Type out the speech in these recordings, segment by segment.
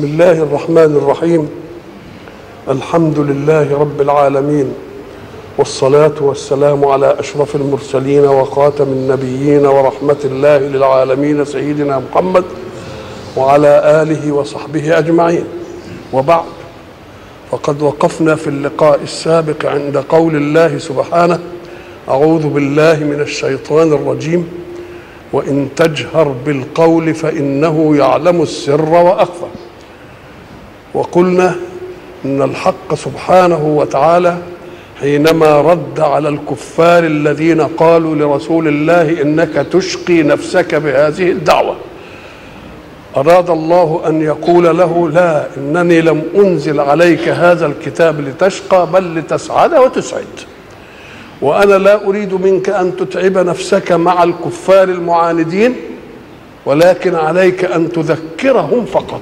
بسم الله الرحمن الرحيم. الحمد لله رب العالمين، والصلاة والسلام على أشرف المرسلين وخاتم النبيين ورحمة الله للعالمين سيدنا محمد وعلى آله وصحبه أجمعين. وبعد، فقد وقفنا في اللقاء السابق عند قول الله سبحانه: أعوذ بالله من الشيطان الرجيم، وإن تجهر بالقول فإنه يعلم السر وأخفى. وقلنا إن الحق سبحانه وتعالى حينما رد على الكفار الذين قالوا لرسول الله إنك تشقي نفسك بهذه الدعوة، أراد الله أن يقول له: لا، إنني لم أنزل عليك هذا الكتاب لتشقى، بل لتسعد وتسعد. وأنا لا أريد منك أن تتعب نفسك مع الكفار المعاندين، ولكن عليك أن تذكرهم فقط،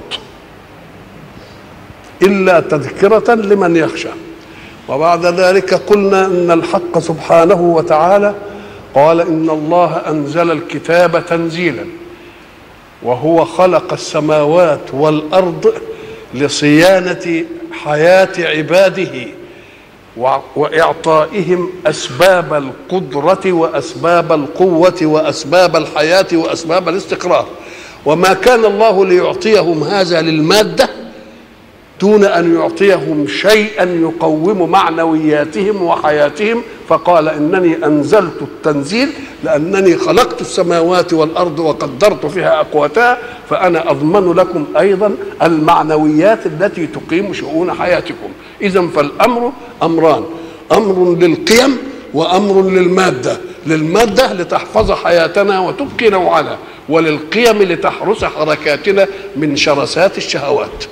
إلا تذكرة لمن يخشى. وبعد ذلك قلنا إن الحق سبحانه وتعالى قال: إن الله أنزل الكتاب تنزيلا، وهو خلق السماوات والأرض لصيانة حياة عباده وإعطائهم أسباب القدرة وأسباب القوة وأسباب الحياة وأسباب الاستقرار. وما كان الله ليعطيهم هذا للمادة دون أن يعطيهم شيئا يقوم معنوياتهم وحياتهم، فقال: إنني أنزلت التنزيل لأنني خلقت السماوات والأرض وقدرت فيها أقواتها، فأنا أضمن لكم أيضا المعنويات التي تقيم شؤون حياتكم. إذن فالأمر أمران: أمر للقيم وأمر للمادة. للمادة لتحفظ حياتنا وتبقي نوعنا، وللقيم لتحرس حركاتنا من شرسات الشهوات.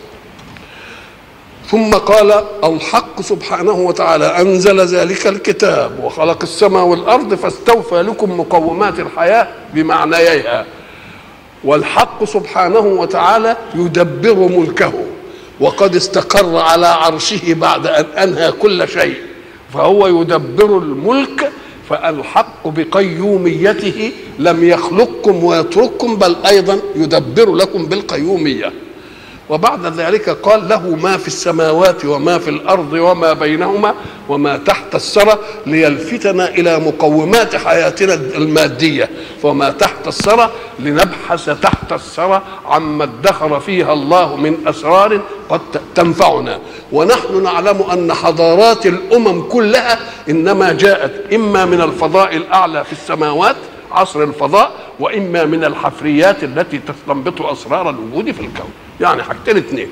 ثم قال الحق سبحانه وتعالى: أنزل ذلك الكتاب وخلق السماء والأرض فاستوفى لكم مقومات الحياة بمعنييها. والحق سبحانه وتعالى يدبر ملكه، وقد استقر على عرشه بعد أن أنهى كل شيء، فهو يدبر الملك. فالحق بقيوميته لم يخلقكم ويترككم، بل أيضا يدبر لكم بالقيومية. وبعد ذلك قال: له ما في السماوات وما في الأرض وما بينهما وما تحت الثرى، ليلفتنا إلى مقومات حياتنا المادية. وما تحت الثرى لنبحث تحت الثرى عما ادخر فيها الله من أسرار قد تنفعنا. ونحن نعلم أن حضارات الأمم كلها إنما جاءت إما من الفضاء الأعلى في السماوات، عصر الفضاء، وإما من الحفريات التي تستنبط أسرار الوجود في الكون. يعني حاجتين اتنين.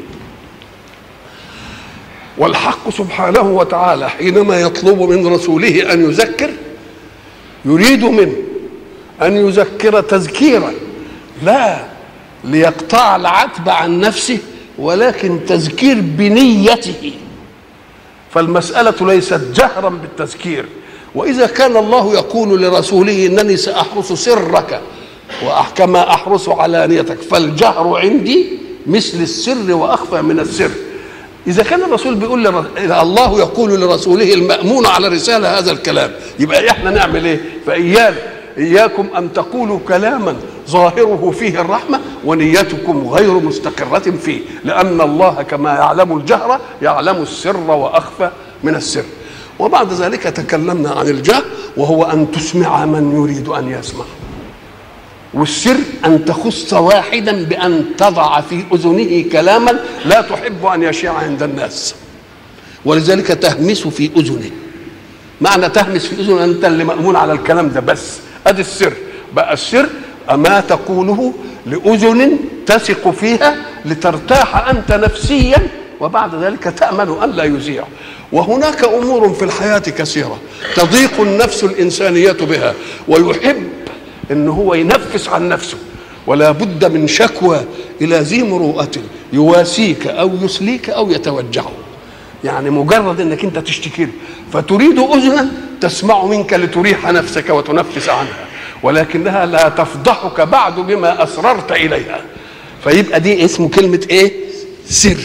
والحق سبحانه وتعالى حينما يطلب من رسوله أن يذكر، يريد منه أن يذكر تذكيرا لا ليقطع العتب عن نفسه، ولكن تذكير بنيته. فالمسألة ليست جهرا بالتذكير. وإذا كان الله يقول لرسوله: إنني سأحرس سرك وكما أحرس علانيتك، فالجهر عندي مثل السر وأخفى من السر. إذا كان الرسول بيقول الله يقول لرسوله المأمون على رسالة هذا الكلام، يبقى إحنا نعمل إيه؟ إياكم أن تقولوا كلاما ظاهره فيه الرحمة ونيتكم غير مستقرة فيه، لأن الله كما يعلم الجهر يعلم السر وأخفى من السر. وبعد ذلك تكلمنا عن الجهر، وهو أن تسمع من يريد أن يسمع، والسر أن تخص واحدا بأن تضع في أذنه كلاما لا تحب أن يشيع عند الناس، ولذلك تهمس في أذنه. معنى تهمس في أذنه أنت اللي مأمون على الكلام ده بس. أدي السر. بقى السر أما تقوله لأذن تثق فيها لترتاح أنت نفسيا، وبعد ذلك تأمن أن لا يذيع. وهناك أمور في الحياة كثيرة تضيق النفس الإنسانية بها، ويحب إن هو ينفس عن نفسه، ولا بد من شكوى إلى ذي مروءة يواسيك أو يسليك أو يتوجعه. يعني مجرد إنك أنت تشتكي له، فتريد أذنا تسمع منك لتريح نفسك وتنفس عنها، ولكنها لا تفضحك بعد بما أسررت إليها. فيبقى دي اسمه كلمة إيه؟ سر.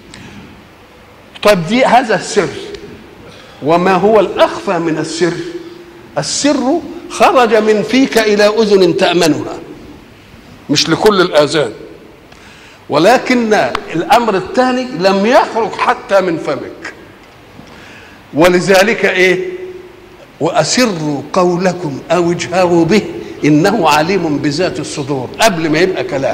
طيب دي هذا السر. وما هو الأخفى من السر؟ السر خرج من فيك إلى أذن تأمنها، مش لكل الآذان. ولكن الامر الثاني لم يخرج حتى من فمك. ولذلك ايه؟ واسروا قولكم او اجهروا به انه عليم بذات الصدور، قبل ما يبقى كلام.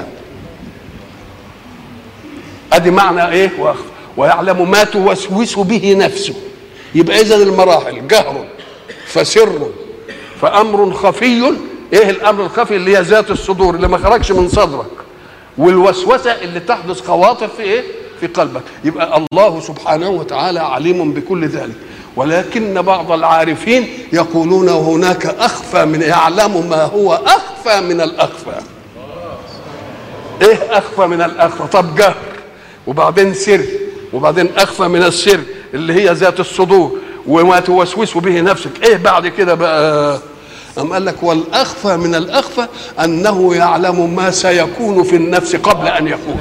ادي معنى ايه؟ ويعلم ما توسوس به نفسه. يبقى اذا المراحل جهر، فسر، فامر خفي. ايه الامر الخفي؟ اللي هي ذات الصدور، اللي ما خرجش من صدرك، والوسوسه اللي تحدث خواطر في ايه؟ في قلبك. يبقى الله سبحانه وتعالى عليم بكل ذلك. ولكن بعض العارفين يقولون هناك اخفى من، يعلم ما هو اخفى من الاخفى. ايه اخفى من الاخفى؟ طب جهر، وبعدين سر، وبعدين اخفى من السر اللي هي ذات الصدور وما توسوس به نفسك. ايه بعد كده بقى؟ أم قال لك والاخفى من الاخفى انه يعلم ما سيكون في النفس قبل ان يكون.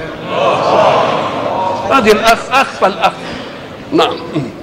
هذه اخفى الاخفى. نعم.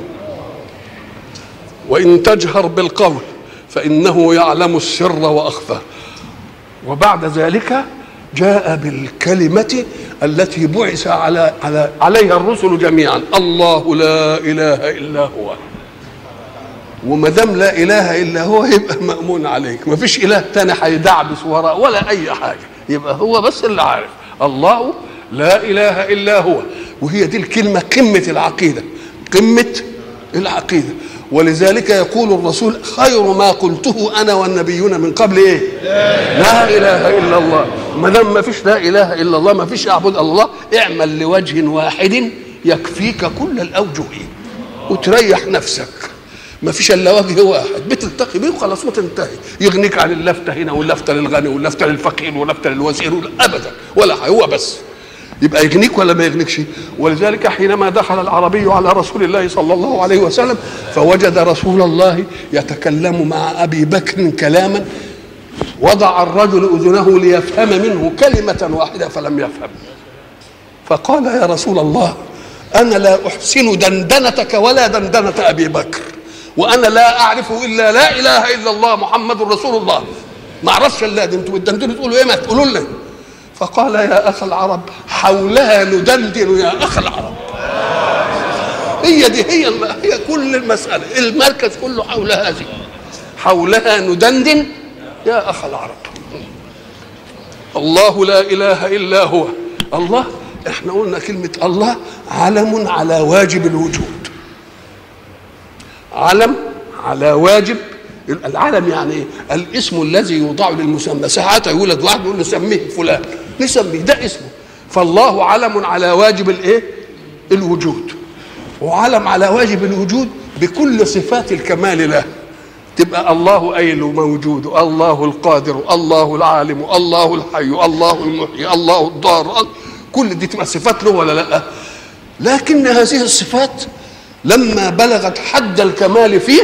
وان تجهر بالقول فانه يعلم السر واخفى. وبعد ذلك جاء بالكلمة التي بعث عليها الرسل جميعا: الله لا إله إلا هو. وما دام لا إله إلا هو يبقى مأمون عليك، ما فيش إله تاني هيدعبس وراء ولا أي حاجة، يبقى هو بس اللي عارف. الله لا إله إلا هو. وهي دي الكلمة قمة العقيدة، قمة العقيدة. ولذلك يقول الرسول: خير ما قلته انا والنبيون من قبل ايه؟ لا اله الا الله. ما دام ما فيش لا اله الا الله، ما فيش اعبد الله، اعمل لوجه واحد يكفيك كل الاوجه وتريح نفسك. ما فيش الا وجه واحد بتلتقي بيه وخلاص وتنتهي، يغنيك عن اللفته هنا واللفته للغني واللفته للفقير واللفته للوزير ابدا ولا حاجه، هو بس. يبقى يغنيك ولا ما يغنيكش؟ ولذلك حينما دخل العربي على رسول الله صلى الله عليه وسلم فوجد رسول الله يتكلم مع أبي بكر كلاما وضع الرجل أذنه ليفهم منه كلمة واحدة فلم يفهم. فقال: يا رسول الله، أنا لا أحسن دندنتك ولا دندنة أبي بكر، وأنا لا أعرف إلا لا إله إلا الله محمد رسول الله، ما أعرفش إلا دي. أنتوا بتدندنوا تقولوا إيه؟ ما تقولوا لنا. فقال: يا أخ العرب، حولها ندندن يا أخ العرب. هي دي هي كل المسألة، المركز كله حول هذه، حولها ندندن يا أخ العرب. الله لا إله إلا هو. الله، احنا قلنا كلمة الله علم على واجب الوجود، علم على واجب. العلم يعني ايه؟ الاسم الذي يوضع للمسمى. ساعات يولد واحد يقول نسميه فلان، نسميه ده اسمه. فالله علم على واجب الايه؟ الوجود. وعلم على واجب الوجود بكل صفات الكمال له. تبقى الله أيل موجود، الله القادر، الله العالم، الله الحي، الله المحيي، الله الضار، كل دي تبقى صفات له ولا لا؟ لكن هذه الصفات لما بلغت حد الكمال فيه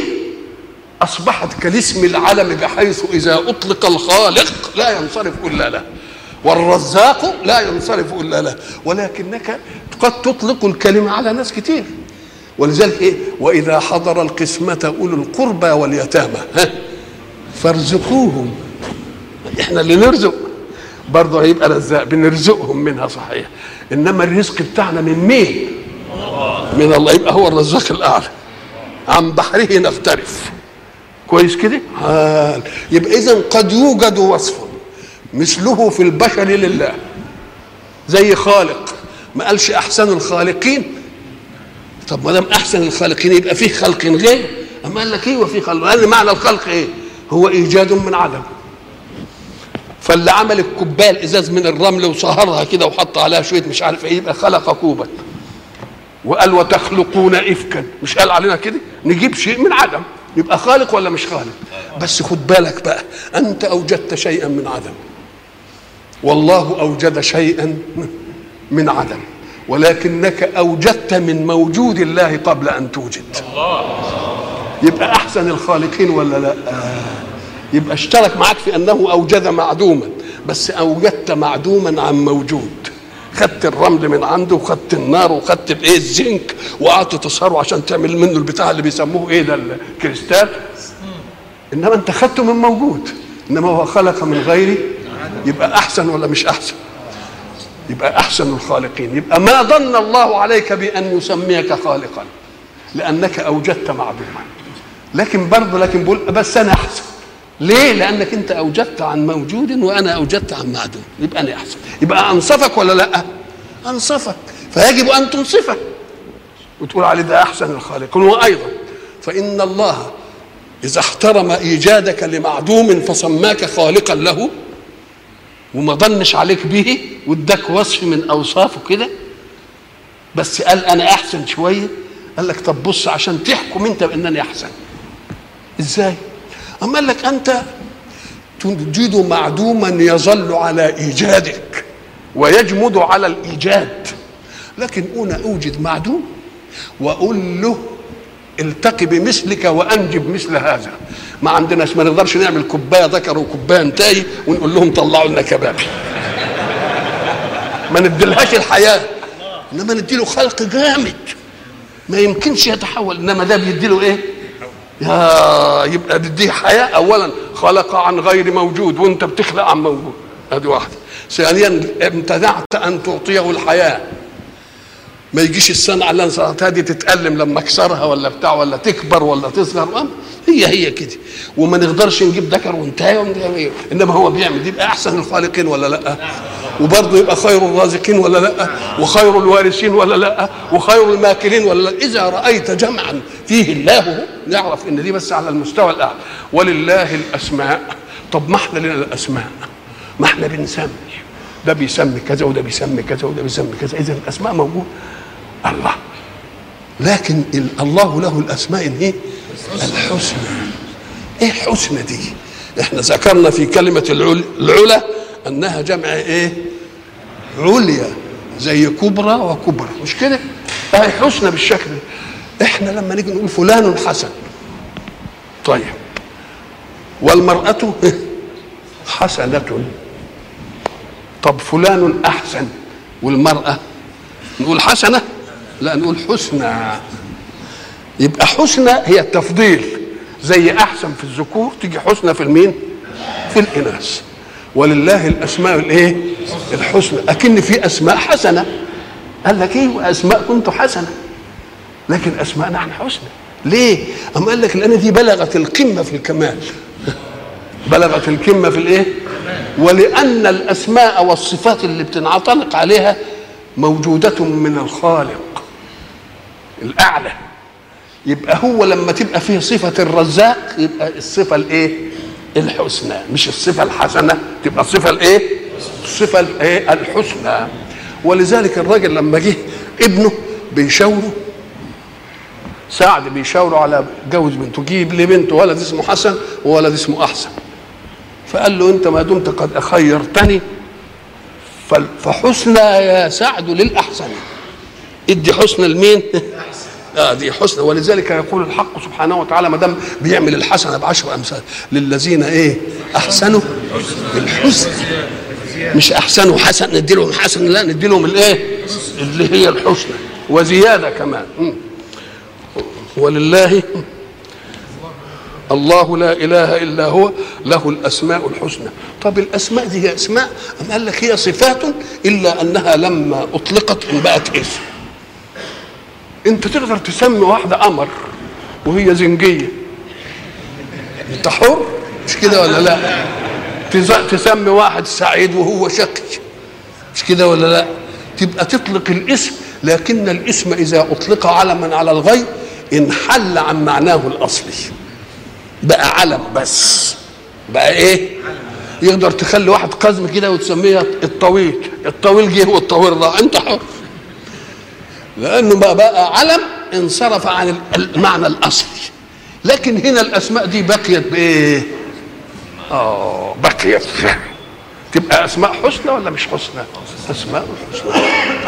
أصبحت كالاسم العلم، بحيث إذا أطلق الخالق لا ينصرف إلا له، والرزاق لا ينصرف إلا له. ولكنك قد تطلق الكلمة على ناس كتير. ولذلك إيه؟ وإذا حضر القسمة أولو القربى واليتامى فارزقوهم. إحنا اللي نرزق برضه هيبقى رزاق، بنرزقهم منها صحيح، إنما الرزق بتاعنا من مين؟ من الله. يبقى هو الرزاق الأعلى، عن بحره نختلف. كويس كده؟ يبقى إذن قد يوجد وصف مثله في البشر لله، زي خالق. ما قالش أحسن الخالقين. طب ما دام أحسن الخالقين يبقى فيه خلق غير. أما قال لك إيه وفيه خلق؟ قال لي معنى الخلق إيه؟ هو إيجاد من عدم. فاللي عمل الكوبايه الازاز من الرمل وصهرها كده وحط عليها شويه مش عارف ايه يبقى خلق كوبا. وقال وتخلقون افكا، مش قال علينا كده نجيب شيء من عدم، يبقى خالق ولا مش خالق؟ بس خد بالك بقى، انت اوجدت شيئا من عدم والله اوجد شيئا من عدم، ولكنك اوجدت من موجود الله قبل ان توجد. يبقى احسن الخالقين ولا لا؟ يبقى اشترك معك في انه اوجد معدوما، بس اوجدت معدوما عن موجود. خدت الرمل من عنده وخدت النار وخدت الايه الزنك وقعدت تصهره عشان تعمل منه البتاع اللي بيسموه ايه ده الكريستال، انما انت خدته من موجود، انما هو خلق من غيره. يبقى احسن ولا مش احسن؟ يبقى احسن الخالقين. يبقى ما ظن الله عليك بان يسميك خالقا لانك اوجدت معدوما، لكن بيقول بس انا احسن. ليه؟ لانك انت اوجدت عن موجود وانا اوجدت عن معدوم، يبقى انا احسن. يبقى انصفك ولا لا؟ انصفك، فيجب ان تنصفه وتقول عليه ده احسن الخالقين. وايضا فان الله اذا احترم ايجادك لمعدوم فسماك خالقا له وما ظنش عليك به واداك وصف من اوصافه كده، بس قال انا احسن شويه، قال لك طب بص عشان تحكم انت بانني احسن. ازاي؟ اما قال لك انت توجد معدوما يظل على ايجادك ويجمد على الايجاد، لكن انا اوجد معدوم واقول له التقي بمثلك وانجب مثل هذا. ما عندناش، ما نقدرش نعمل كوبايه ذكر وكوبايه انتاي ونقول لهم طلعوا لنا كبابي. ما نديلهاش الحياه، انما نديله خلق جامد ما يمكنش يتحول. انما ده بيديله ايه؟ يبقى بديه حياه. اولا خلق عن غير موجود وانت بتخلق عن موجود، ادي واحده. ثانيا امتنعت ان تعطيه الحياه، ما يجيش الصنعه اللي انا صنعتها دي تتألم لما اكسرها ولا بتاع ولا تكبر ولا تصغر، هي كده. وما نقدرش نجيب ذكر وانتهى، انما هو بيعمل. يبقى احسن الخالقين ولا لا؟ وبرضه يبقى خير الرازقين ولا لا؟ وخير الوارثين ولا لا؟ وخير الماكرين ولا لا؟ اذا رايت جمعا فيه الله نعرف ان دي بس على المستوى الاعلى. ولله الاسماء. طب ما احنا لنا الاسماء، ما احنا بنسمي، ده بيسمي كذا وده بيسمي كذا وده بيسمي كذا، اذا الاسماء موجوده الله. لكن الله له الاسماء الايه؟ الحسنى. ايه حسنى دي؟ احنا ذكرنا في كلمه العلا انها جمع ايه؟ عليا، زي كبرى وكبرى، مش كده؟ اهي حسنى بالشكل ده. احنا لما نيجي نقول فلان حسن، طيب والمرأة حسنة، طب فلان احسن والمرأة نقول حسنة؟ لا، نقول حسنى. يبقى حسنى هي التفضيل، زي احسن في الذكور تيجي حسنى في المين؟ في الاناث. ولله الاسماء الايه؟ الحسنى. اكن في اسماء حسنه، قال لك ايه؟ واسماء كنت حسنه لكن اسماء نحن حسنى. ليه؟ اما قال لك لان دي بلغت القمه في الكمال، بلغت القمه في الايه؟ ولان الاسماء والصفات اللي بتنعتنق عليها موجوده من الخالق الاعلى. يبقى هو لما تبقى فيه صفه الرزاق يبقى الصفه الايه؟ الحسنى، مش الصفه الحسنه، تبقى الصفه الايه؟ الصفه الايه؟ الحسنى. ولذلك الراجل لما جه ابنه بيشاوره، سعد بيشاوره على جوز بنته، جيب لي بنته ولد اسمه حسن وولد اسمه احسن. فقال له انت ما دمت قد خيرتني فحسنى يا سعد للاحسن. ادي حسنى لمين؟ دي حسنى. ولذلك يقول الحق سبحانه وتعالى ما دام بيعمل الحسنه بعشر امثال للذين ايه؟ احسنوا الحسنى. مش احسنوا حسن ندي لهم حسن، لا ندي لهم الايه؟ اللي هي الحسنى وزياده كمان. ولله الله لا اله الا هو له الاسماء الحسنى. طب الاسماء دي هي اسماء ام قال لك هي صفات الا انها لما اطلقت ان بقت اسم. انت تقدر تسمي واحده قمر وهي زنجيه، انت حر، مش كده ولا لا؟ تسمي واحد سعيد وهو شقي، مش كده ولا لا؟ تبقى تطلق الاسم، لكن الاسم اذا اطلق علما على الغير انحل عن معناه الاصلي، بقى علم بس، بقى ايه؟ يقدر تخلي واحد قزم كده وتسميه الطويل، الطويل جه والطويل راح، انت حر، لانه بقى علم انصرف عن المعنى الاصلي. لكن هنا الاسماء دي بقيت بايه؟ بقيت تبقى اسماء حسنى ولا مش حسنى؟ اسماء حسنى.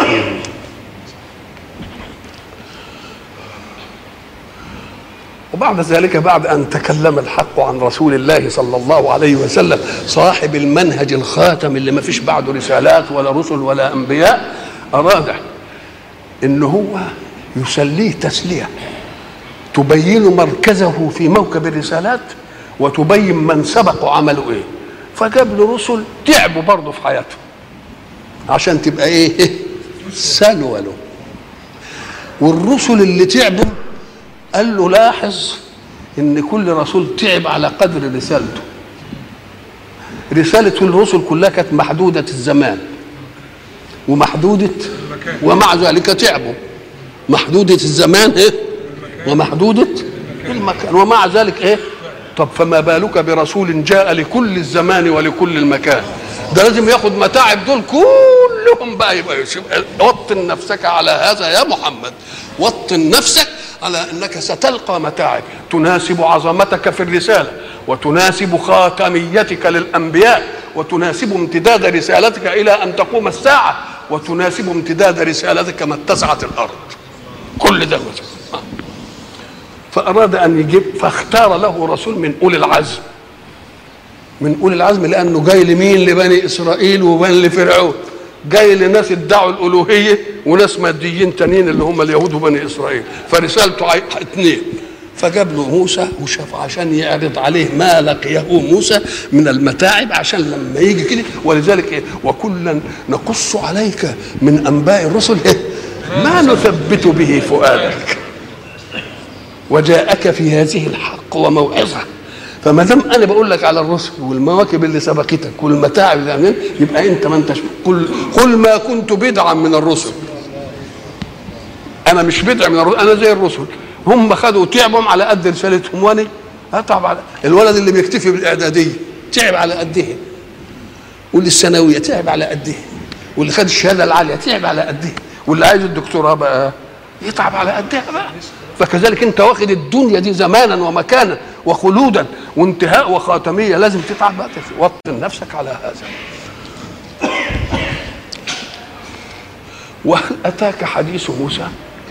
وبعد ذلك بعد ان تكلم الحق عن رسول الله صلى الله عليه وسلم صاحب المنهج الخاتم اللي ما فيش بعده رسالات ولا رسل ولا انبياء، اراد ان هو يسليه تسليه تبين مركزه في موكب الرسالات وتبين من سبق عمله ايه. فجاب له رسل تعبوا برضه في حياتهم عشان تبقى ايه؟ سلوى له. والرسل اللي تعبوا قال له لاحظ ان كل رسول تعب على قدر رسالته. رسالة الرسل كلها كانت محدودة الزمان ومحدودة، ومع ذلك تعبوا. محدودة الزمان ايه؟ ومحدودة المكان، ومع ذلك ايه؟ طب فما بالك برسول جاء لكل الزمان ولكل المكان؟ ده لازم ياخد متاعب دول كلهم بقى. يبقى وطن نفسك على هذا يا محمد، وطن نفسك على انك ستلقى متاعب تناسب عظمتك في الرسالة، وتناسب خاتميتك للأنبياء، وتناسب امتداد رسالتك إلى أن تقوم الساعة، وتناسب امتداد رسالتك ما اتسعت الأرض. كل ده فأراد أن يجيب، فاختار له رسول من أولي العزم. من أولي العزم لأنه جاي لمين؟ لبني إسرائيل وبني لفرعون. جاي لناس ادعوا الألوهية وناس ماديين تانيين اللي هم اليهود وبني إسرائيل، فرسالته اثنين. فجاب له موسى وشاف عشان يعرض عليه ما لقيه موسى من المتاعب، عشان لما يجي كده. ولذلك ايه؟ وكلا نقص عليك من انباء الرسل إيه؟ ما نثبت به فؤادك وجاءك في هذه الحق وموعظه. فما دام انا بقول لك على الرسل والمواكب اللي سبقتك والمتاعب اللي يبقى انت ما انتش قل ما كنت بدعا من الرسل. انا مش بدع من الرسل، انا زي الرسل. هم خدوا تعبهم على قد رسالتهم، وانا اتعب على الولد اللي بيكتفي بالاعداديه تعب على قده، واللي الثانويه تعب على قده، واللي خد الشهاده العاليه تعب على قده، واللي عايز الدكتوراه بقى يتعب على قدها بقى. فكذلك انت واخد الدنيا دي زمانا ومكانا وخلودا وانتهاء وخاتميه، لازم تتعب بقى، وطن نفسك على هذا. وهل اتاك حديث موسى؟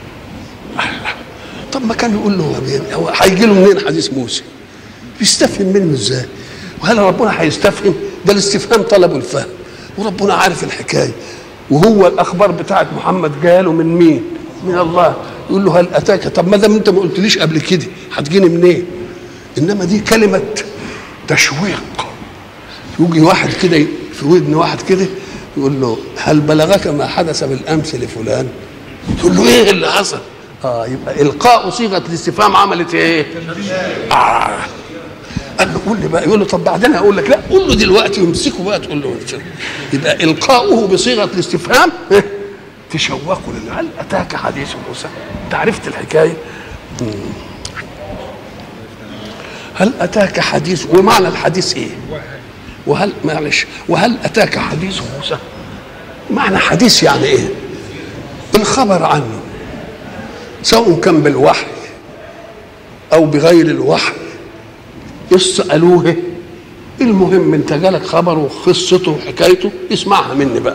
طب ما كان يقول له هو هيجي له منين حديث موسى؟ بيستفهم منه ازاي؟ وهل ربنا هيستفهم؟ ده الاستفهام طلب الفهم، وربنا عارف الحكايه. وهو الاخبار بتاعت محمد جاله من مين؟ من الله. يقول له هل اتاك؟ طب ما دام انت ما قلتليش قبل كده هتجيني منين؟ انما دي كلمه تشويق. يجي واحد كده في ودن واحد كده يقول له هل بلغك ما حدث بالامس لفلان؟ تقول له ايه اللي حصل؟ يبقى القاء صيغه الاستفهام عملت ايه؟ قال له قول لي بقى. يقول له طب بعدين اقول لك. لا قول له دلوقتي وامسكه بقى تقول له. يبقى القاؤه بصيغه الاستفهام تشوقه لله. هل اتاك حديث موسى؟ انت عرفت الحكايه؟ هل اتاك حديث؟ ومعنى الحديث ايه؟ وهل معلش وهل اتاك حديث موسى؟ معنى حديث يعني ايه؟ الخبر عنه، سواء كان بالوحي او بغير الوحي. يسألوه المهم انت جالك خبر وقصته وحكايته اسمعها مني بقى.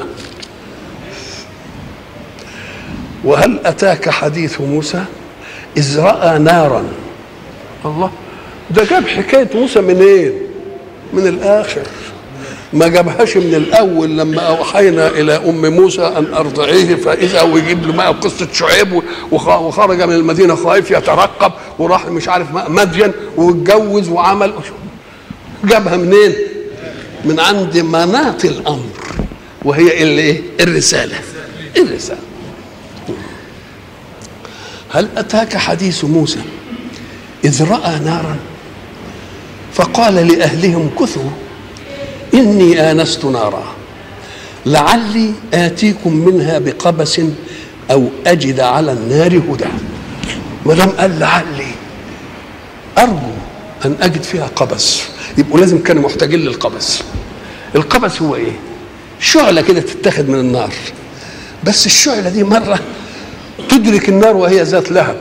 وهل اتاك حديث موسى اذ راى نارا؟ الله، ده جاب حكايه موسى منين؟ من الاخر، ما جابهاش من الاول لما اوحينا الى ام موسى ان ارضعيه فاذا ويجيب له بقى قصه شعيب وخرج من المدينه خائف يترقب وراح مش عارف مدين واتجوز وعمل. جابها منين؟ من عند مناط الامر، وهي اللي ايه؟ الرساله. الرساله. هل اتاك حديث موسى اذ راى نارا فقال لاهلهم كثوا إني آنست نارا لعلي آتيكم منها بقبس أو أجد على النار هدى. ما دام قال لعلي أرجو أن أجد فيها قبس، يبقوا لازم كانوا محتاجين للقبس. القبس هو إيه؟ شعلة كده تتاخد من النار، بس الشعلة دي مرة تدرك النار وهي ذات لهب،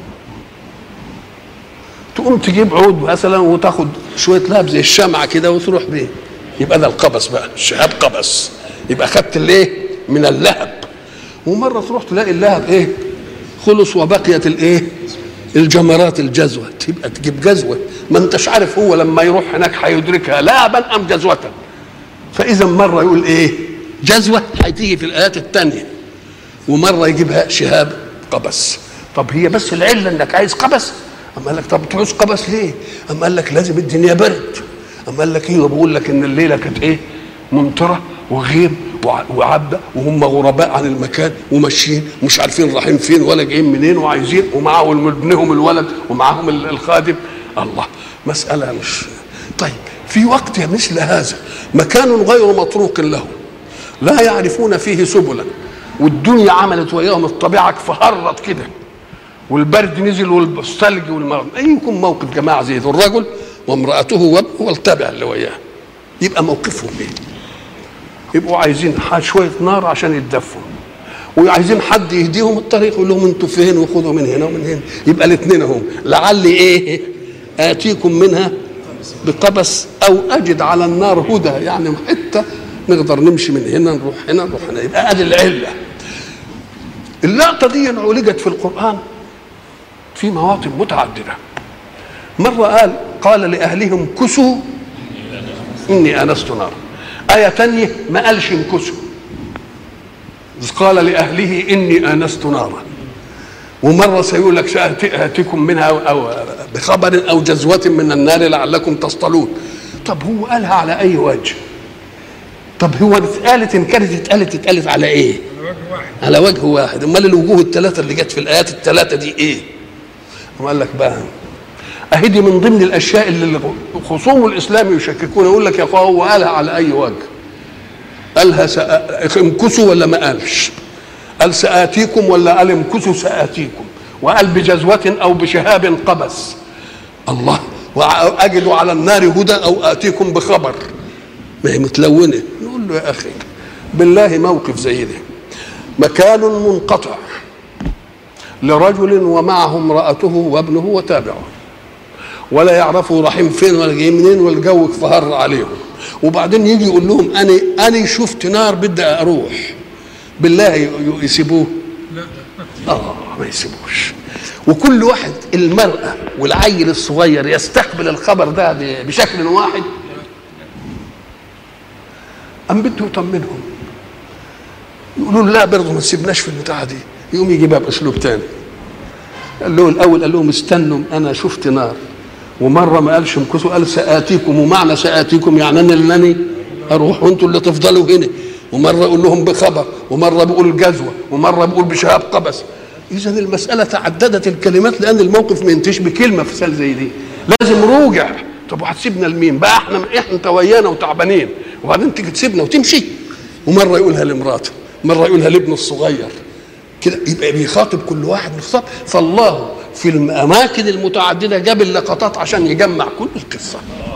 تقوم تجيب عود مثلا وتاخد شوية لهب زي الشمعة كده وتروح بيه، يبقى ده القبس بقى، الشهاب قبس، يبقى خدت الايه؟ من اللهب. ومره تروح تلاقي اللهب ايه؟ خلص وبقيت الايه؟ الجمرات الجزوه، تبقى تجيب جزوه ما انتش عارف هو لما يروح هناك هيدركها لهبا ام جزوه. فاذا مره يقول ايه؟ جزوه هتيجي في الايات الثانيه، ومره يجيبها شهاب قبس. طب هي بس العله انك عايز قبس؟ اما قال لك طب تعوز قبس ليه؟ اما قال لك لازم الدنيا برد. اما قال لك ايه؟ بقول لك ان الليله كانت ايه؟ ممطره وغيم وعبده وهم غرباء عن المكان وماشيين مش عارفين رايحين فين ولا جايين منين وعايزين، ومعهم ابنهم الولد ومعهم الخادم. الله، مسألة مش طيب. في وقت مثل هذا مكان غير مطروق له، لا يعرفون فيه سبلا، والدنيا عملت وياهم الطبيعة فهرت كده، والبرد نزل والثلج والمرض، يكون موقف جماعة زي الرجل وامرأته وابنه والتابع اللي وياه، يبقى موقفهم ايه؟ يبقوا عايزين شوية نار عشان يتدفوا، وعايزين حد يهديهم الطريق يقول لهم انتوا فين وخذوا من هنا ومن هنا. يبقى الاثنين اهم، لعلي ايه آتيكم منها بقبس او اجد على النار هدى، يعني حتى نقدر نمشي من هنا نروح هنا نروح هنا. يبقى ادي العله. اللقطه دي عولجت في القران في مواطن متعدده. مره قال لاهلهم كسوا اني انست نارا. ايه ثانيه ما قالش انكسوا، قال لاهله اني انست نارا. ومره سيقول لك ساتيكم منها او بخبر او جزوه من النار لعلكم تصطلون. طب هو قالها على اي وجه؟ طب هو اتقالت ان كانت اتقالت على ايه؟ على وجه واحد. امال الوجوه الثلاثه اللي جت في الايات الثلاثه دي ايه؟ قال لك بقى اهي دي من ضمن الاشياء اللي خصوم الاسلام يشككون، يقول لك يا اخويا هو قالها على اي وجه؟ قالها امكسوا ولا ما قالش؟ قال سآتيكم ولا قال امكسوا سآتيكم؟ وقال بجزوة أو بشهاب قبس. الله، وأجد على النار هدى أو آتيكم بخبر، ما هي متلونة. نقول له يا أخي بالله موقف زي ده، مكان منقطع لرجل ومعه امرأته وابنه وتابعه، ولا يعرفوا رايحين فين ولا جايين منين، والجو فهر عليهم، وبعدين يجي يقول لهم أنا شفت نار بدي أروح. بالله يسيبوه؟ لا ما يسيبوش. وكل واحد المرأة والعيل الصغير يستقبل الخبر ده بشكل واحد. أم بده يطمنهم، يقولوا لا برضه ما تسيبناش في البتاعة دي. يقوم يجيبها بأسلوب تاني. قال له الأول قال لهم استنوا أنا شفت نار، ومرة ما قالش امكثوا قال سآتيكم، ومعنى سآتيكم يعني أنا اللي أروح وأنتوا اللي تفضلوا هنا. ومرة يقول لهم بخبر، ومرة بيقول جزوة، ومرة بيقول بشهاب قبس. إذا المسألة تعددت الكلمات لأن الموقف ما ينتهيش بكلمة في سال زي دي، لازم روجع. طب وهتسيبنا لمين بقى؟ احنا ويانا وتعبانين، وبعدين تيجي تسيبنا وتمشي؟ ومرة يقولها لمراته، مرة يقولها لابنه الصغير، كده يبقى بيخاطب كل واحد بخطاب. فالله في الأماكن المتعددة جاب اللقطات عشان يجمع كل القصة.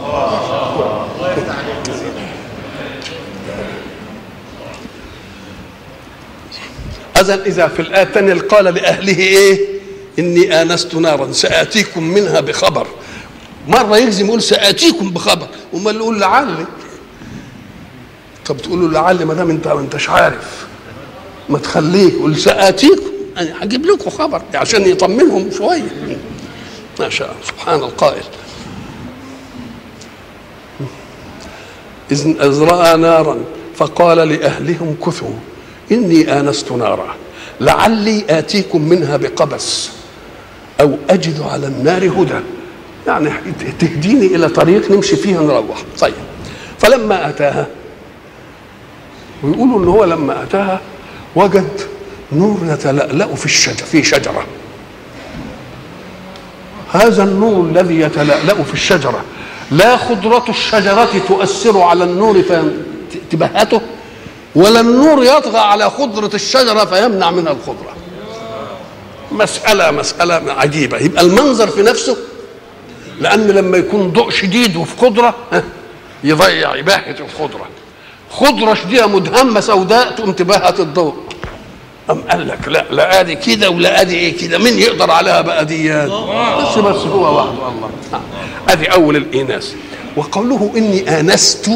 إذا في الآية الثانية قال لأهله إيه؟ إني آنست نارا سآتيكم منها بخبر. مرة يلزم يقول سآتيكم بخبر، وما يقول لعلي. طب تقول له لعلي ما دام أنت ما أنتش عارف، ما تخليه قول سآتيكم، يعني هجيب لكم خبر عشان يطمنهم شوية. ما شاء الله، سبحان القائل. إذ رأى نارا فقال لأهلهم كثوا إني آنست نارا لعلي آتيكم منها بقبس أو أجد على النار هدى، يعني تهديني إلى طريق نمشي فيه نروح. طيب، فلما أتاها، ويقولوا إن هو لما أتاها وجد نور يتلألأ في شجرة. هذا النور الذي يتلألأ في الشجرة لا خضرة الشجرة تؤثر على النور فتبهته، ولا النور يطغى على خضرة الشجرة فيمنع منها الخضرة. مسألة عجيبة. يبقى المنظر في نفسه، لأن لما يكون ضوء شديد وفي خضرة يضيع إباحة الخضرة. خضرة شديدة مدهمة سوداء تقوم تبهت الضوء. أم قال لك لا ادي كده ولا ادي ايه كده، مين يقدر عليها بقى ديان؟ بس هو وحده الله. ادي اول الاناث. وقوله اني انست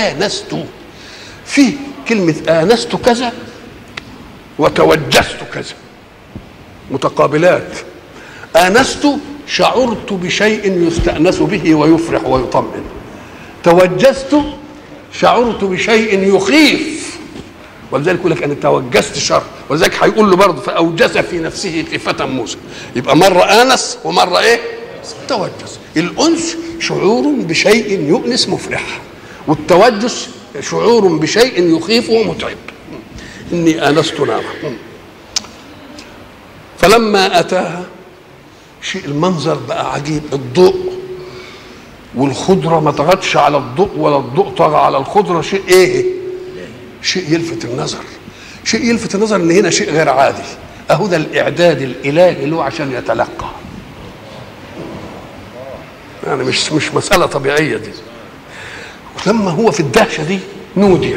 فيه كلمه انست كذا وتوجست كذا متقابلات. انست شعرت بشيء يستأنس به ويفرح ويطمئن. توجست شعرت بشيء يخيف، ولذلك يقول لك انا توجست شر، ولذلك هيقول له برضه فاوجس في نفسه خيفة موسى. يبقى مره انس ومره ايه؟ توجس. الانس شعور بشيء يؤنس مفرح، والتوجس شعور بشيء يخيف ومتعب. إني آنست نارا. فلما أتاها شيء المنظر بقى عجيب، الضوء والخضرة ما طغتش على الضوء ولا الضوء طغى على الخضرة. شيء ايه؟ شيء يلفت النظر. شيء يلفت النظر ان هنا شيء غير عادي. اهو ده الاعداد الالهي له عشان يتلقى، يعني مش مسألة طبيعية دي. ولما هو في الدهشة دي نودي،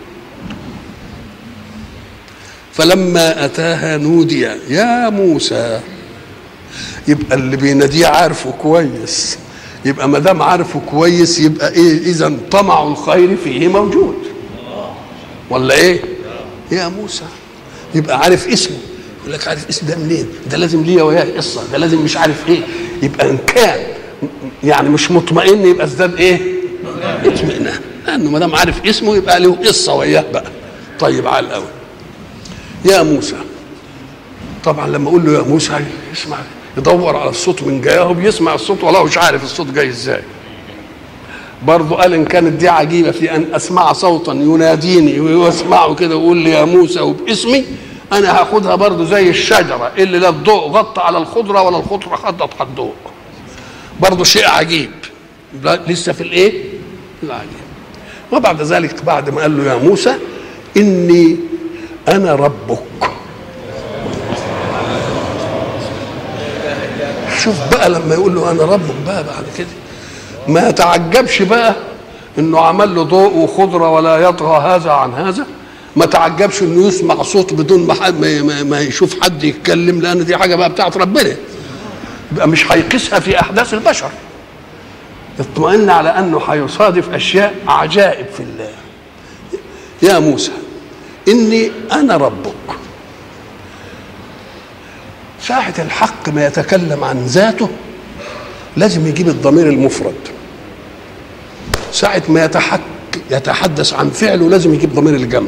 فلما أتاها نودي يا موسى. يبقى اللي بيناديه عارفه كويس، يبقى ما دام عارفه كويس يبقى ايه؟ اذا طمع الخير فيه موجود، ولا ايه؟ يا موسى، يبقى عارف اسمه. يقول لك عارف اسم ده منين؟ ده لازم ليا وياه قصه، ده لازم مش عارف ايه. يبقى ان كان يعني مش مطمئن يبقى ازداد ايه؟ اطمئنان، لانه ما دام عارف اسمه يبقى له قصه وياه بقى. طيب على الاول يا موسى. طبعا لما اقول له يا موسى يسمع، يدور على الصوت من جايه، بيسمع الصوت ولا مش عارف الصوت جاي ازاي. برضه قال ان كانت دي عجيبه في ان اسمع صوتا يناديني واسمعه كده ويقول لي يا موسى وباسمي، انا هاخدها برضه زي الشجره اللي لا الضوء غطى على الخضره ولا الخضره خطت على الضوء. برضه شيء عجيب لسه في الايه؟ العجيب. وبعد ذلك بعد ما قال له يا موسى اني انا ربك. شوف بقى لما يقول له انا ربك بقى بعد كده ما تعجبش بقى انه عمل له ضوء وخضره ولا يطغى هذا عن هذا. ما تعجبش انه يسمع صوت بدون ما يشوف حد يتكلم، لان دي حاجه بقى بتاعت ربنا، يبقى مش هيقيسها في احداث البشر. اطمئن على انه هيصادف اشياء عجائب في الله. يا موسى اني انا ربك. ساعة الحق ما يتكلم عن ذاته لازم يجيب الضمير المفرد. ساعة ما يتحدث عن فعله لازم يجيب ضمير الجمع.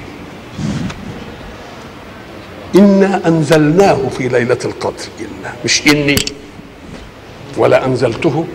إنا أنزلناه في ليلة القدر. إنا مش إني ولا أنزلته،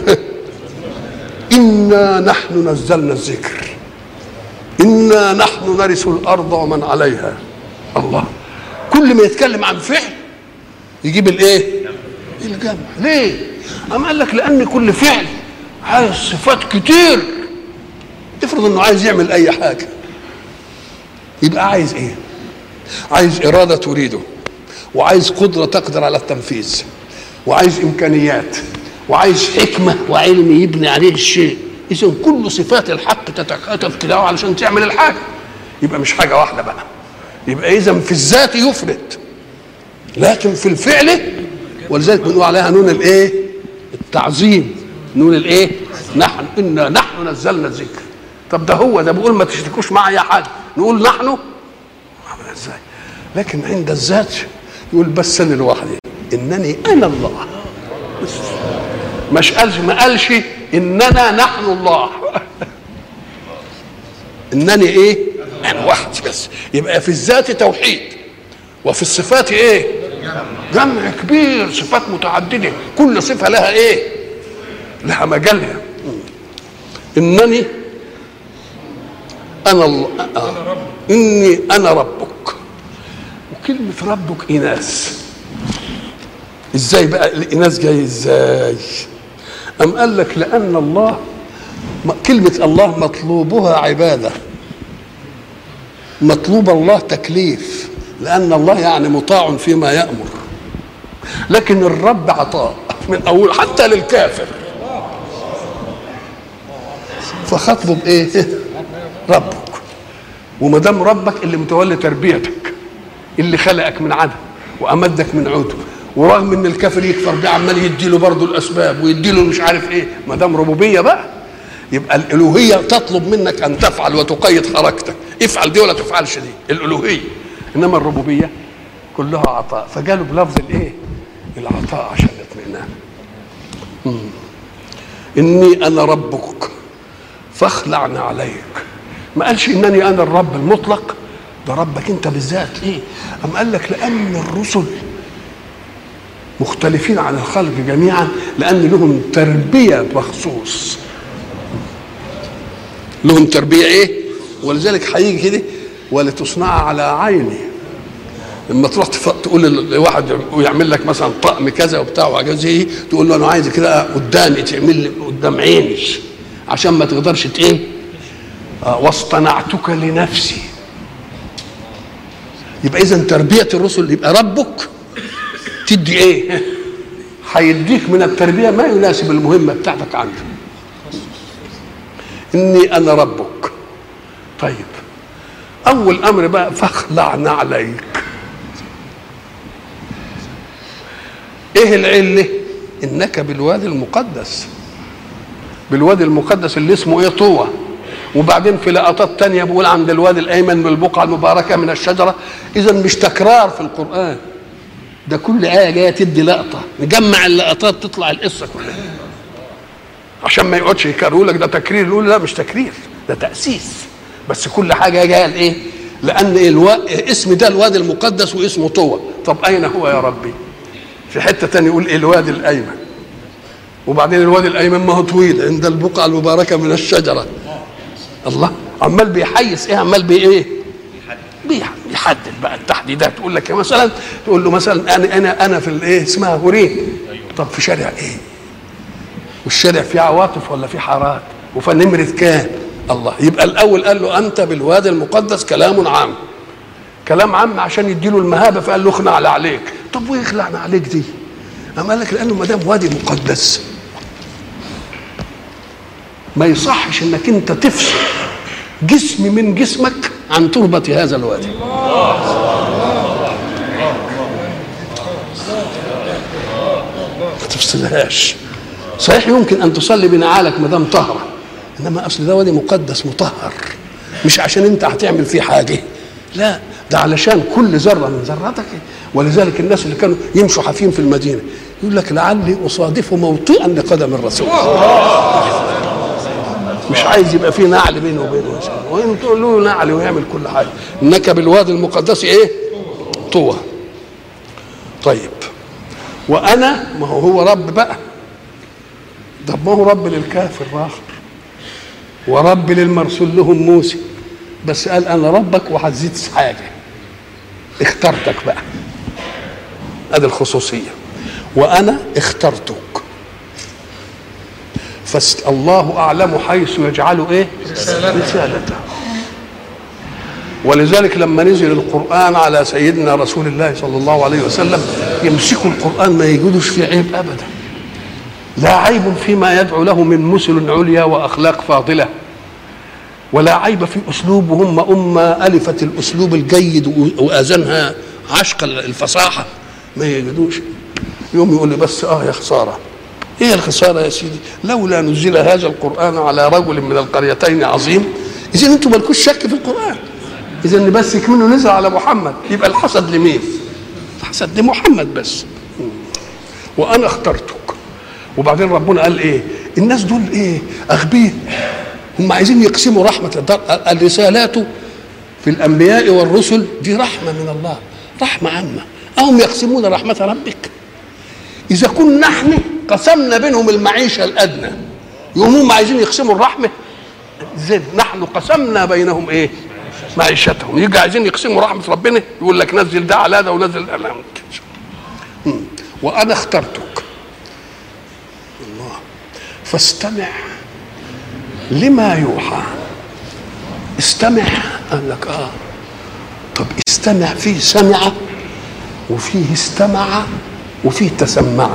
إنا نحن نزلنا الذكر إنا نحن نرث الأرض ومن عليها. الله، كل ما يتكلم عن فعل يجيب الايه؟ الجمع. ليه؟ أم قال لك لأن كل فعل عايز صفات كتير. افرض انه عايز يعمل اي حاجة، يبقى عايز ايه؟ عايز إرادة تريده، وعايز قدرة تقدر على التنفيذ، وعايز إمكانيات، وعايز حكمة وعلم يبني عليه الشيء. إذن كل صفات الحق تتكاتف كده علشان تعمل الحاجة. يبقى مش حاجة واحدة بقى. يبقى إذن في الذات يفرد، لكن في الفعل، ولذلك بنقول عليها نون الايه؟ التعظيم. نون الايه؟ نحن انا نحن نزلنا الذكر. طب ده هو ده بيقول ما تشتكوش معايا حاجه، نقول نحن ازاي؟ لكن عند الذات يقول بس انا لوحدي، انني انا الله. مش قالش، ما قالش اننا نحن الله. انني ايه؟ انا وحدي بس. يبقى في الذات توحيد، وفي الصفات ايه؟ جمع كبير، صفات متعدده، كل صفه لها ايه؟ لها مجالها. انني انا الله، اني انا ربك. وكلمه ربك اناث. ازاي بقى الاناث جاي ازاي؟ ام قال لك لان الله، كلمه الله مطلوبها عباده، مطلوب الله تكليف، لأن الله يعني مطاع فيما يأمر. لكن الرب عطاء من أول حتى للكافر. فخاطبه بإيه؟ ربك. وما دام ربك اللي متولي تربيتك، اللي خلقك من عدم وأمدك من عدم، ورغم إن الكافر يكفر بيه عمال يديله برضه الأسباب ويديله مش عارف إيه، ما دام ربوبية بقى يبقى الألوهية تطلب منك أن تفعل وتقيد حركتك، افعل دي ولا تفعلش دي، الألوهية. انما الربوبيه كلها عطاء، فجالوا بلفظ الايه؟ العطاء عشان الاطمئنان. اني انا ربك فاخلعنا عليك. ما قالش انني انا الرب المطلق، ده ربك انت بالذات. ليه؟ ام قال لك لان الرسل مختلفين عن الخلق جميعا، لان لهم تربيه مخصوص. لهم تربيه ايه. ولذلك هيجي كده ولتصنع على عيني. لما تروح تقول لواحد ويعمل لك مثلا طقم كذا وبتاع وحاجات زي ايه، تقول له انا عايز كده قدامي، تعمل لي قدام عيني عشان ما تقدرش ايه. واصطنعتك لنفسي. يبقى اذا تربيه الرسل، يبقى ربك تدي ايه؟ هيديك من التربيه ما يناسب المهمه بتاعتك عنده. اني انا ربك. طيب اول امر بقى فاخلع نعليك. ايه العله؟ انك بالوادي المقدس. بالوادي المقدس اللي اسمه ايه؟ طوى. وبعدين في لقطات تانية بيقول عند الوادي الايمن من البقعه المباركه من الشجره. اذا مش تكرار في القران، ده كل ايه جايه تدي لقطه، نجمع اللقطات تطلع القصه كلها عشان ما يقعدش يكرروا لك ده تكرير. يقول لا مش تكرير، ده تاسيس. بس كل حاجه جايه لايه؟ لان اسم ده الوادي المقدس واسمه طوى. طب اين هو يا ربي؟ في حته تانية يقول ايه؟ الوادي الايمن. وبعدين الوادي الايمن ما هو طويل عند البقعه المباركه من الشجره. الله عمال بيحيس ايه؟ عمال بايه؟ بيحدد بقى التحديدات. تقول لك مثلا، تقول له مثلا انا في الايه اسمها هورين. طب في شارع ايه؟ والشارع فيه عواطف ولا فيه حارات؟ وفي نمره كام؟ الله. يبقى الاول قال له انت بالوادي المقدس، كلام عام، كلام عام عشان يديله المهابه. فقال له اخلع عليك. طب ويخلعنا عليك دي؟ اما قال لك لانه ما دام وادي مقدس ما يصحش انك انت تفصل جسم من جسمك عن تربه هذا الوادي. ما تفصلهاش. صحيح يمكن ان تصلي بنعالك ما دام طهره، انما اصل ده وادي مقدس مطهر، مش عشان انت هتعمل فيه حاجه، لا، ده علشان كل ذره من ذراتك. ولذلك الناس اللي كانوا يمشوا حافين في المدينه يقول لك لعلي اصادف موطئا لقدم الرسول. مش عايز يبقى فيه نعل بينه وبينه، وين تقول له نعل ويعمل كل حاجه. انك بالوادي المقدس ايه؟ طوى. طيب وانا، ما هو رب بقى. ده ما هو رب للكافر راخر ورب للمرسول لهم موسى، بس قال انا ربك وهزيد حاجه، اخترتك بقى. ادي الخصوصيه. وانا اخترتك، فالله اعلم حيث يجعل ايه؟ رسالته. ولذلك لما نزل القران على سيدنا رسول الله صلى الله عليه وسلم يمسكوا القران ما يجدوش فيه عيب ابدا. لا عيب فيما يدعو له من مثل عليا واخلاق فاضله، ولا عيب في اسلوب. هم امه الفت الاسلوب الجيد واذنها عشق الفصاحه، ما يجدوش. يوم يقول لي بس يا خساره. ايه الخساره يا سيدي؟ لولا نزل هذا القران على رجل من القريتين عظيم. اذا انتم مالكوش شك في القران، اذا بس كمنه نزل على محمد. يبقى الحسد لمين؟ الحسد لمحمد بس. وانا اخترتك. وبعدين ربنا قال ايه؟ الناس دول ايه؟ اغبياء، هم عايزين يقسموا رحمه. الرسالات في الانبياء والرسل دي رحمه من الله، رحمه عامه. اهم يقسمون رحمه ربك؟ اذا كنا نحن قسمنا بينهم المعيشه الادنى، يقوموا هم عايزين يقسموا الرحمه ازاي؟ نحن قسمنا بينهم ايه؟ معيشتهم. يجي عايزين يقسموا رحمه ربنا، يقول لك نزل ده على ده ونزل ده. لا. وانا اخترتك الله فاستمع لما يوحى. استمع. قال لك طب استمع، فيه سمع وفيه استمع وفيه تسمع.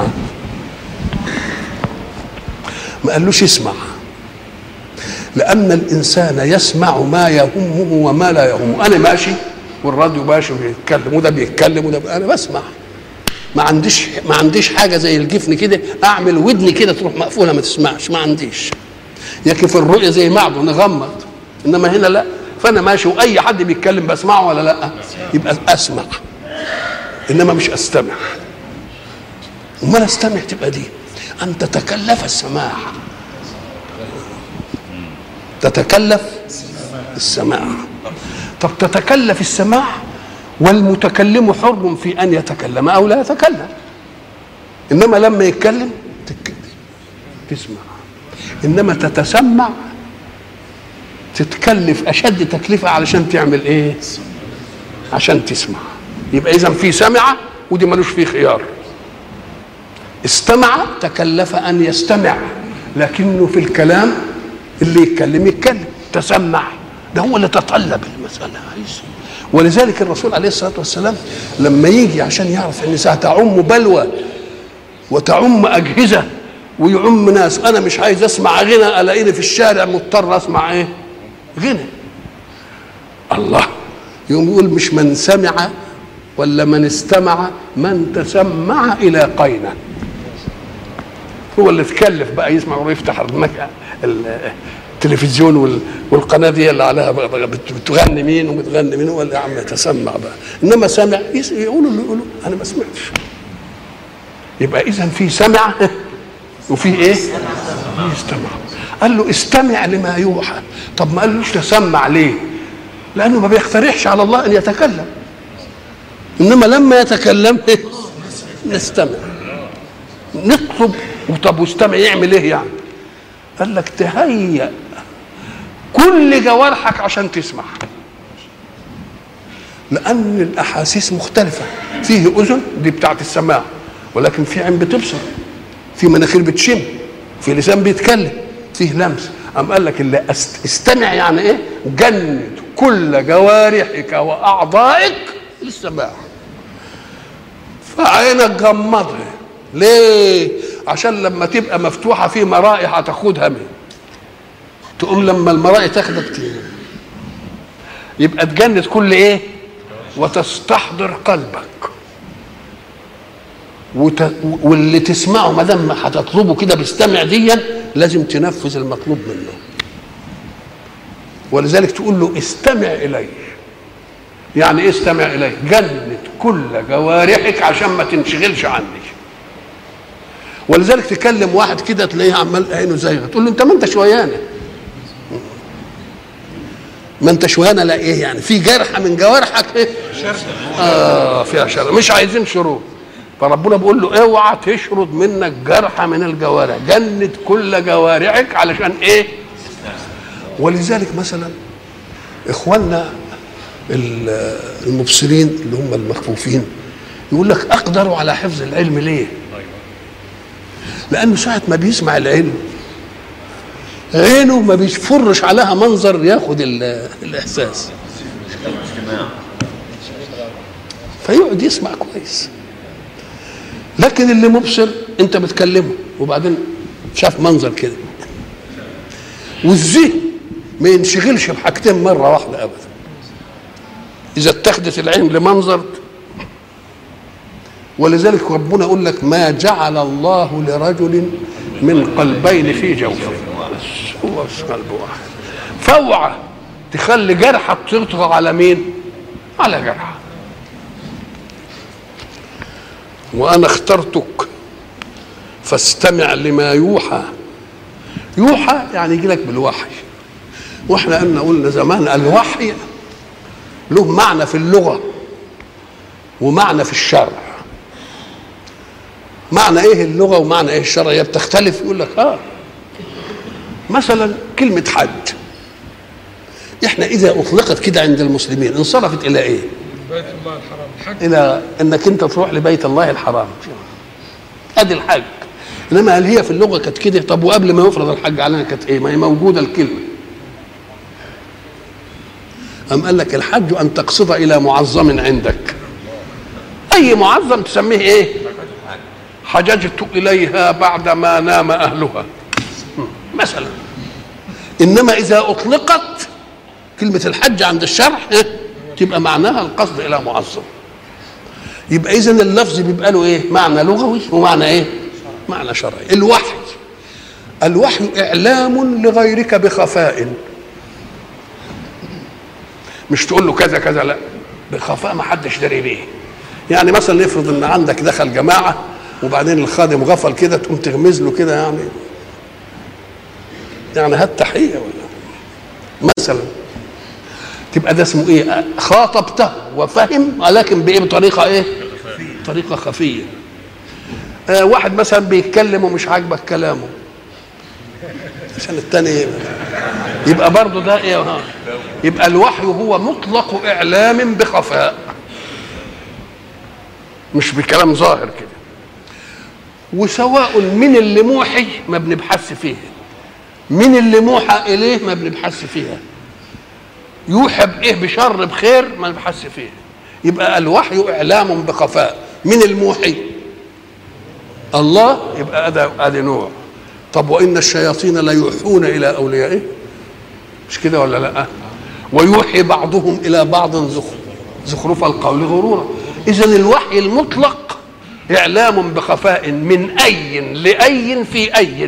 ما قالوش اسمع، لأن الإنسان يسمع ما يهمه وما لا يهمه. أنا ماشي والراديو ماشي بيتكلم وده بيتكلم وده أنا بسمع. ما عنديش حاجة زي الجفن كده أعمل ودني كده تروح مقفولة ما تسمعش، ما عنديش. لكن في الرؤية زي معده نغمض، إنما هنا لا. فأنا ماشي وأي حد بيتكلم بسمعه ولا لا؟ يبقى أسمع، إنما مش أستمع. وما أستمع تبقى دي أن تتكلف السماع، تتكلف السماع. طب تتكلف السماع والمتكلم حر في أن يتكلم أو لا يتكلم، إنما لما يتكلم تسمع، إنما تتسمع تتكلف اشد تكلفه علشان تعمل ايه؟ عشان تسمع. يبقى اذا في سمع ودي ملوش فيه خيار. استمع تكلف ان يستمع، لكنه في الكلام اللي يتكلم تسمع، ده هو اللي تطلب المساله عايز. ولذلك الرسول عليه الصلاه والسلام لما يجي عشان يعرف ان ستعم بلوى وتعم اجهزه ويعم ناس، انا مش عايز اسمع غنى الاقيني في الشارع مضطر اسمع ايه؟ غنى. الله يقوم يقول مش من سمع ولا من استمع، من تسمع الى قينه. هو اللي تكلف بقى يسمع ويفتح التلفزيون والقناه دي اللي عليها بتغني مين وبتغني مين، هو اللي عم يتسمع بقى. انما سمع يقولوا اللي يقولوا انا ما سمعتش. يبقى اذا في سمع وفي ايه؟ يستمع. قال له استمع لما يوحى. طب ما قالوش تسمع ليه؟ لانه ما بيقترحش على الله ان يتكلم، انما لما يتكلم نستمع نطلب. وطب واستمع يعمل ايه يعني؟ قال لك تهيأ كل جوارحك عشان تسمع، لان الاحاسيس مختلفه. فيه اذن دي بتاعت السماع، ولكن في عين بتبصر، في مناخير بتشم، في لسان بيتكلم، فيه لمس. قام قال لك اللي استمع يعني ايه؟ جند كل جوارحك واعضائك للسماع. فعينك غمضها ليه؟ عشان لما تبقى مفتوحه في مرائح هتاخدها منه، تقوم لما المرائح تاخدك يبقى تجند كل ايه؟ وتستحضر قلبك واللي تسمعه ما دام هتطلبه كده بيستمع ديا لازم تنفذ المطلوب منه. ولذلك تقول له استمع الي. يعني ايه استمع الي؟ جند كل جوارحك عشان ما تنشغلش عني. ولذلك تكلم واحد كده تلاقيه عمال عينه زيغه، تقول له انت ما انتش ويانا، ما انتش ويانا. لا ايه يعني؟ في جرحه من جوارحك ايه؟ فيها شر، مش عايزين شرود. فربنا بيقول له اوعى تشرد منك جرحه من الجوارح، جند كل جوارحك علشان ايه؟ ولذلك مثلا اخواننا المبصرين اللي هم المكفوفين يقول لك اقدروا على حفظ العلم ليه؟ لانه ساعه ما بيسمع العلم عينه ما بيفرش عليها منظر ياخد الاحساس، فيقعد يسمع كويس. لكن اللي مبصر انت بتكلمه وبعدين شاف منظر كده، والذهن ما ينشغلش بحاجتين مره واحده ابدا. اذا اتخذت العين لمنظر، ولذلك ربنا يقول لك ما جعل الله لرجل من قلبين في جوفه، هو قلب واحد. فاوعى تخلي جرحك تطغى على مين؟ على جرحك. وانا اخترتك فاستمع لما يوحى. يوحى يعني يجي لك بالوحي. واحنا قلنا زمان الوحي له معنى في اللغه ومعنى في الشرع. معنى ايه اللغه ومعنى ايه الشرع؟ هي بتختلف. يقول لك مثلا كلمه حج، احنا اذا اطلقت كده عند المسلمين انصرفت الى ايه؟ بيت الله الحرام. الحج الى انك انت تروح لبيت الله الحرام، ادي الحج. انما هل هي في اللغه كانت كده؟ طب وقبل ما يفرض الحج علينا كانت ايه؟ ما هي موجوده الكلمه. أم قال لك الحج ان تقصد الى معظم عندك. اي معظم تسميه ايه؟ حججت اليها بعدما نام اهلها مثلا. انما اذا اطلقت كلمه الحج عند الشرع تبقى معناها القصد الى معظم. يبقى اذا اللفظ بيبقى له ايه؟ معنى لغوي ومعنى ايه؟ معنى شرعي. الوحي اعلام لغيرك بخفاء، مش تقول له كذا كذا، لا، بخفاء ما حدش داري بيه. يعني مثلا نفرض ان عندك دخل جماعه وبعدين الخادم غفل كده، تقوم تغمز له كده يعني هات تحيه ولا مثلا، تبقى ده اسمه ايه؟ خاطبته وفهم، ولكن بايه؟ بطريقه ايه؟ طريقه خفيه. واحد مثلا بيتكلم ومش عاجبك كلامه، عشان الثاني يبقى برضه ده ايه؟ يبقى الوحي هو مطلق اعلام بخفاء، مش بكلام ظاهر كده. وسواء من اللي موحي ما بنبحث فيه، من اللي موحى اليه ما بنبحث فيها، يوحى بايه؟ بشر بخير ما نبحث فيه. يبقى الوحي اعلام بخفاء. من الموحي؟ الله. يبقى ادي نوع. طب وان الشياطين ليوحون الى اوليائهم، مش كده ولا لا؟ ويوحي بعضهم الى بعض زخرف القول غرورا. اذا الوحي المطلق اعلام بخفاء من اي لاي في اي.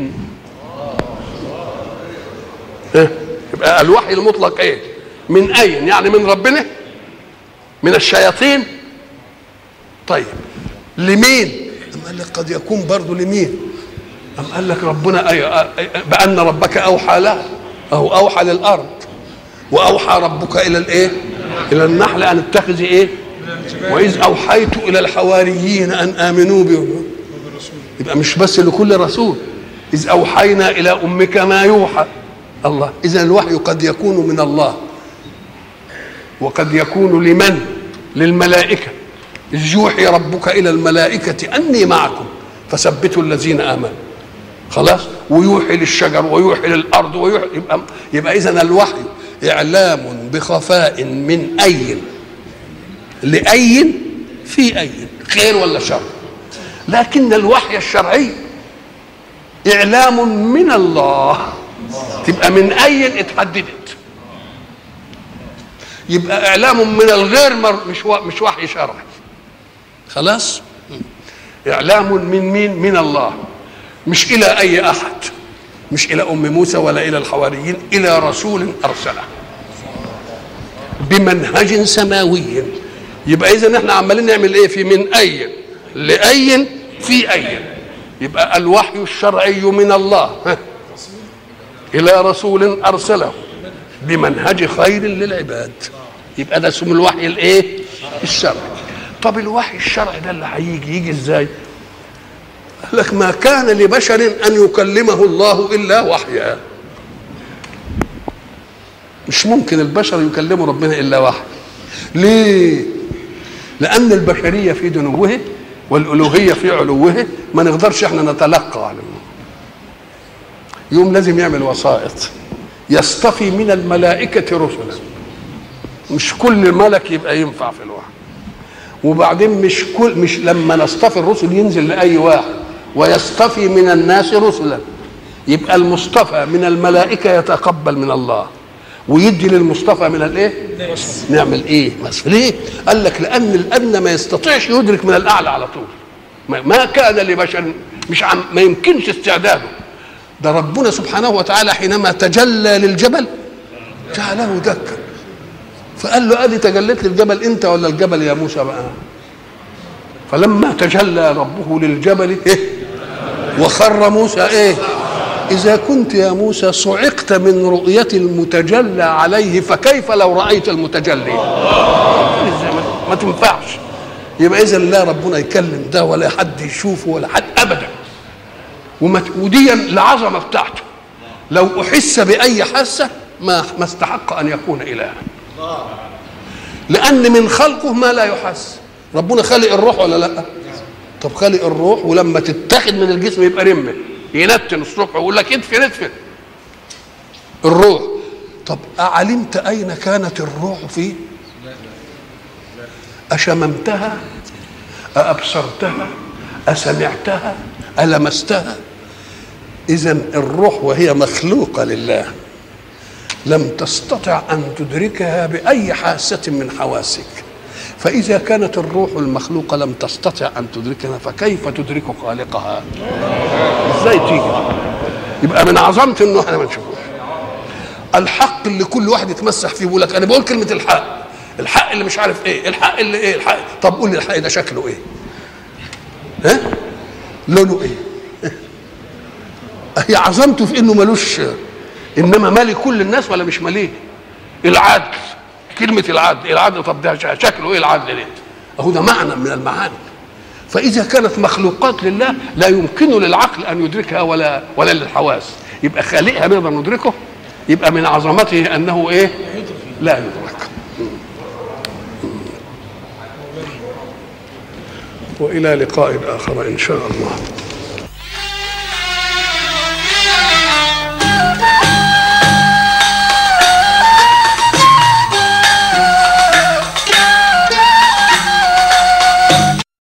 يبقى الوحي المطلق ايه؟ من اي، يعني من ربنا، من الشياطين. طيب لمين؟ قال لك قد يكون برضه لمين؟ قال لك ربنا بأن ربك أوحى له، أو أوحى للأرض، وأوحى ربك إلى الإيه؟ إلى النحل أن اتخذي إيه؟ وإذ أوحيت إلى الحواريين أن آمنوا به. يبقى مش بس لكل رسول، إذ أوحينا إلى أمك ما يوحى. الله. إذا الوحي قد يكون من الله، وقد يكون لمن؟ للملائكة. إذ يوحي ربك إلى الملائكة أني معكم فثبتوا الذين آمنوا. خلاص. ويوحي للشجر ويوحي للأرض ويوحي. يبقى إذن الوحي إعلام بخفاء من أي لأي في أي، خير ولا شر. لكن الوحي الشرعي إعلام من الله، تبقى من أي اتحددت. يبقى إعلام من الغير مش وحي شرعي. خلاص. إعلام من مين؟ من الله، مش إلى أي أحد، مش إلى أم موسى ولا إلى الحواريين، إلى رسول أرسله بمنهج سماوي. يبقى إذا احنا عمالين نعمل إيه؟ في من أي لأي في أي. يبقى الوحي الشرعي من الله إلى رسول أرسله بمنهج خير للعباد. يبقى ده اسمه الوحي الإيه؟ الشرعي. طب الوحي الشرعي ده اللي هيجي ازاي؟ قال لك ما كان لبشر ان يكلمه الله الا وحيا. مش ممكن البشر يكلموا ربنا الا وحي. ليه؟ لان البشريه في دنوه والالوهيه في علوه، ما نقدرش احنا نتلقى على الله. يوم لازم يعمل وسائط، يصطفي من الملائكه رسلا. مش كل ملك يبقى ينفع في الوحي. وبعدين مش لما نصطفي الرسل ينزل لاي واحد، ويصطفي من الناس رسلا. يبقى المصطفى من الملائكه يتقبل من الله ويدي للمصطفى من الايه؟ نعمل ايه؟ ليه؟ قال لك لان الادنى ما يستطيعش يدرك من الاعلى على طول. ما كان لبشر، ما يمكنش استعداده. ده ربنا سبحانه وتعالى حينما تجلى للجبل جعله دكا، فقال له ادي تجليت للجبل انت ولا الجبل يا موسى بقى؟ فلما تجلى ربه للجبل ايه؟ وخر موسى ايه؟ اذا كنت يا موسى صعقت من رؤية المتجلى عليه، فكيف لو رأيت المتجلي؟ ما تنفعش. يبقى اذا لا ربنا يكلم ده ولا حد يشوفه ولا حد ابدا. ودي العظمه بتاعته، لو احس باي حاسه ما استحق ان يكون الها، لان من خلقه ما لا يحس. ربنا خالق الروح ولا لا؟ طب خالق الروح، ولما تتاخد من الجسم يبقى رمه، ينتن الصبح ويقول لك ادفن الروح. طب أعلمت أين كانت الروح فيه؟ أشممتها؟ أبصرتها؟ أسمعتها؟ ألمستها؟ إذن الروح وهي مخلوقة لله لم تستطع أن تدركها بأي حاسة من حواسك، فإذا كانت الروح المخلوقة لم تستطع أن تدركها فكيف تدرك خالقها؟ إزاي تيجي؟ يبقى من عظمة إنه إحنا ما نشوفوش الحق اللي كل واحد يتمسح فيه. بيقول لك أنا بقول كلمة الحق اللي مش عارف إيه، الحق اللي إيه، الحق. طب قول لي الحق ده شكله إيه؟ ها؟ لونه إيه؟ هي عظمته في إنه ملوش، إنما مالي كل الناس ولا مش ماليه؟ العدل، كلمة العدل طب ده شكله ايه العدل ده؟ اهو ده معنى من المعاني. فإذا كانت مخلوقات لله لا يمكن للعقل أن يدركها ولا للحواس، يبقى خالقها نقدر ندركه، يبقى من عظمته انه ايه؟ لا يدرك. والى لقاء اخر ان شاء الله.